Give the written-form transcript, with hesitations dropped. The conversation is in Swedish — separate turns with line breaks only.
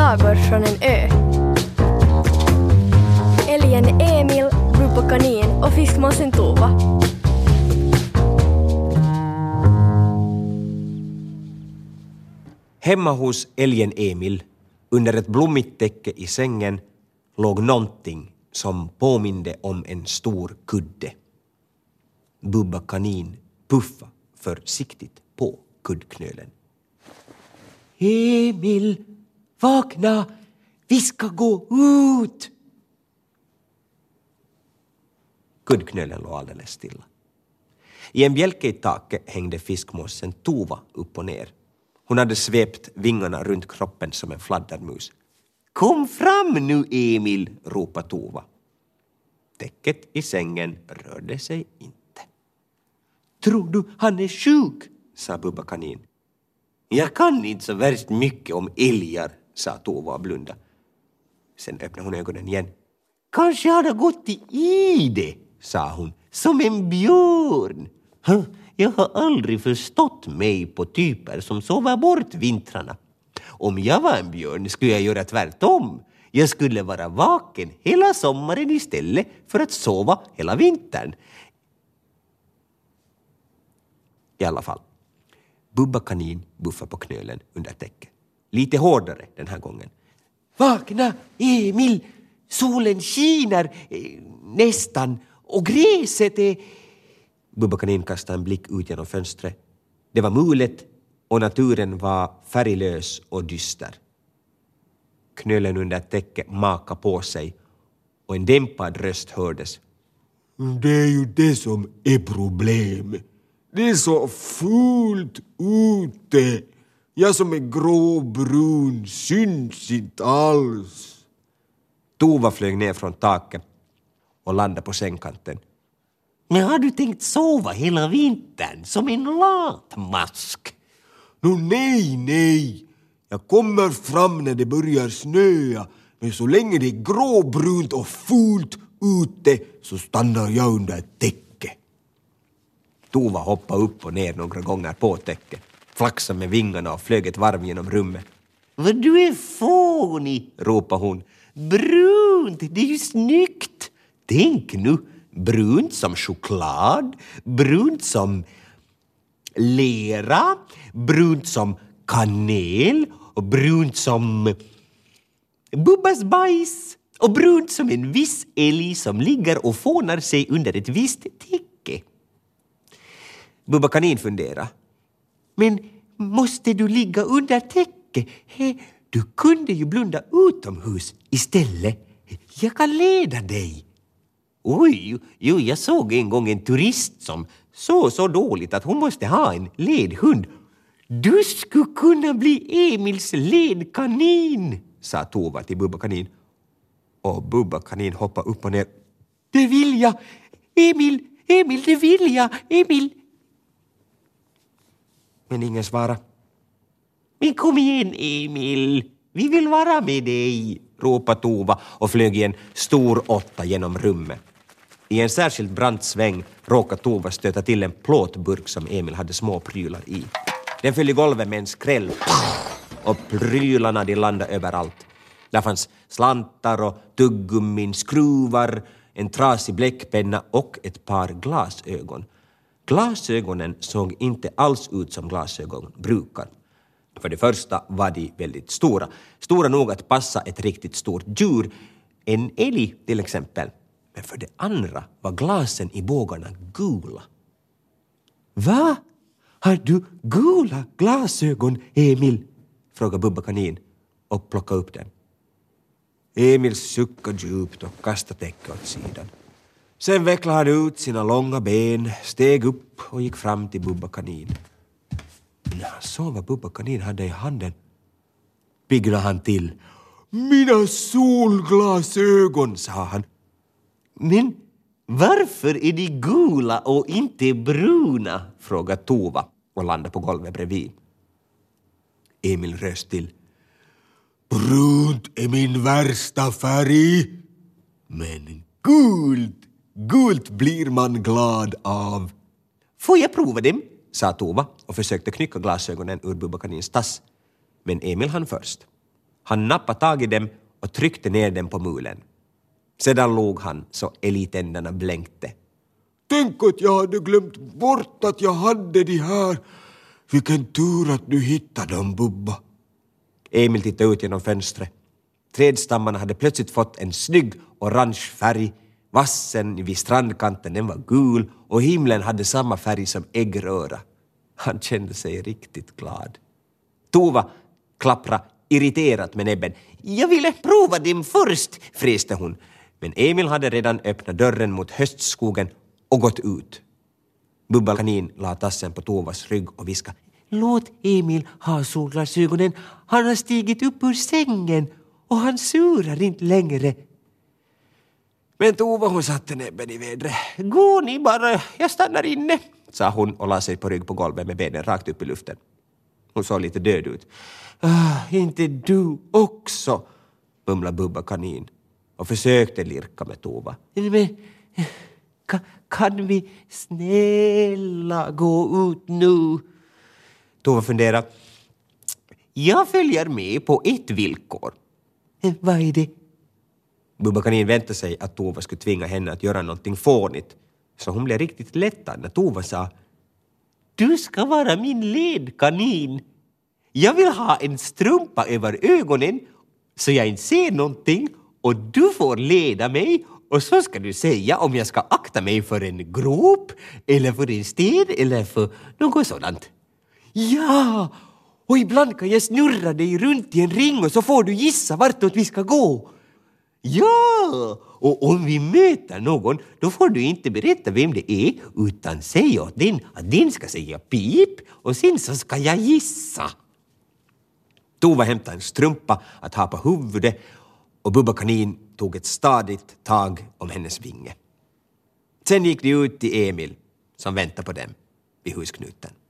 sagor från en ö. Älgen Emil, Bubba Kanin och fiskmåsen Tova.
Hemma hos älgen Emil, under ett blommigt täcke i sängen, låg någonting som påminde om en stor kudde. Bubba Kanin puffade försiktigt på kuddknölen. Emil, vakna! Vi ska gå ut! Kuddknölen låg alldeles stilla. I en bjälke i taket hängde fiskmåsen Tova upp och ner. Hon hade svept vingarna runt kroppen som en fladdermus. Kom fram nu, Emil, ropade Tova. Täcket i sängen rörde sig inte. Tror du han är sjuk? Sa Bubba Kanin. Jag kan inte så värst mycket om älgar, sa Tova och blunda. Sen öppnade hon ögonen igen. Kanske har det gått i det, sa hon, som en björn. Jag har aldrig förstått mig på typer som sover bort vintrarna. Om jag var en björn skulle jag göra tvärtom. Jag skulle vara vaken hela sommaren istället för att sova hela vintern. I alla fall. Bubba Kanin buffade på knölen under täcket. Lite hårdare den här gången. Vakna, Emil! Solen skiner nästan och gräset är... Bubba Kanin kastade en blick ut genom fönstret. Det var mulet och naturen var färglös och dyster. Knölen under täcket maka på sig och en dämpad röst hördes. Det är ju det som är problem. Det är så fult ute. Jag som är gråbrun syns inte alls. Tova flög ner från taket och landade på sängkanten. Men har du tänkt sova hela vintern som en latmask? Nej. Jag kommer fram när det börjar snöa. Men så länge det är gråbrunt och fult ute så stannar jag under täcket. Tova hoppade upp och ner några gånger på täcket. Flaxade med vingarna och flög ett varv genom rummet. Vad du är fånig, ropade hon. Brunt, det är ju snyggt. Tänk nu, brunt som choklad, brunt som lera, brunt som kanel och brunt som Bubbas bajs och brunt som en viss älg som ligger och fånar sig under ett visst täcke. Bubba Kanin fundera. Men måste du ligga under täcke? Du kunde ju blunda utomhus istället. Jag kan leda dig. Oj, jag såg en gång en turist som såg så dåligt att hon måste ha en ledhund. Du skulle kunna bli Emils ledkanin, sa Tova till Bubba Kanin. Och Bubba Kanin hoppade upp och ner. Det vill jag! Emil, det vill jag! Emil! Men ingen svarade. Men kom igen, Emil! Vi vill vara med dig, ropade Tova och flög i en stor 8 genom rummet. I en särskilt brant sväng råkade Tova stöta till en plåtburk som Emil hade små prylar i. Den föll i golvet med en skräll och prylarna de landade överallt. Där fanns slantar och tuggummin, skruvar, en trasig bläckpenna och ett par glasögon. Glasögonen såg inte alls ut som glasögon brukar. För det första var de väldigt stora. Stora nog att passa ett riktigt stort djur. En älg till exempel. Men för det andra var glasen i bågarna gula. Va? Har du gula glasögon, Emil? Frågade Bubba Kanin och plockade upp den. Emil suckade djupt och kastade täcket åt sidan. Sen vecklade han ut sina långa ben, steg upp och gick fram till Bubba Kanin. När han såg vad Bubba Kanin hade i handen piggnade han till. Mina solglasögon, sa han. Men varför är de gula och inte bruna? Frågade Tova och landade på golvet bredvid. Emil röst till. Brunt är min värsta färg. Men gult blir man glad av. Får jag prova dem? Sa Tova och försökte knycka glasögonen ur Bubba Kanins tass. Men Emil hann först. Han nappade tag i dem och tryckte ner dem på mulen. Sedan log han så älgtänderna blänkte.
Tänk att jag hade glömt bort att jag hade de här. Vilken tur att du hittade dem, Bubba.
Emil tittade ut genom fönstret. Trädstammarna hade plötsligt fått en snygg orange färg. Vassen vid strandkanten den var gul och himlen hade samma färg som äggröra. Han kände sig riktigt glad. Tova klapprade irriterat med näbben. Jag ville prova dem först, fräste hon. Men Emil hade redan öppnat dörren mot höstskogen och gått ut. Bubba kanin la tassen på Tovas rygg och viskade. Låt Emil ha solglasögonen. Han har stigit upp ur sängen och han surar inte längre. Men Tova hon satte näbben i vädret. Gå ni bara, jag stannar inne, sa hon och la sig på rygg på golvet med benen rakt upp i luften. Hon såg lite död ut. Inte du också, mumlade Bubba kanin och försökte lirka med Tova. Men kan vi snälla gå ut nu? Tova funderade. Jag följer med på ett villkor. Vad är det? Bubba kanin väntade sig att Tova skulle tvinga henne att göra någonting fånigt. Så hon blev riktigt lättad när Tova sa. Du ska vara min ledkanin. Jag vill ha en strumpa över ögonen så jag inte ser någonting och du får leda mig och så ska du säga om jag ska akta mig för en grop eller för en sten eller för något sådant. Ja, och ibland kan jag snurra dig runt i en ring och så får du gissa vartåt vi ska gå. Ja, och om vi möter någon då får du inte berätta vem det är utan säga åt den att den ska säga pip och sen så ska jag gissa. Tova hämtade en strumpa att ha på huvudet och Bubba kanin tog ett stadigt tag om hennes vinge. Sen gick de ut till Emil som väntade på dem vid husknuten.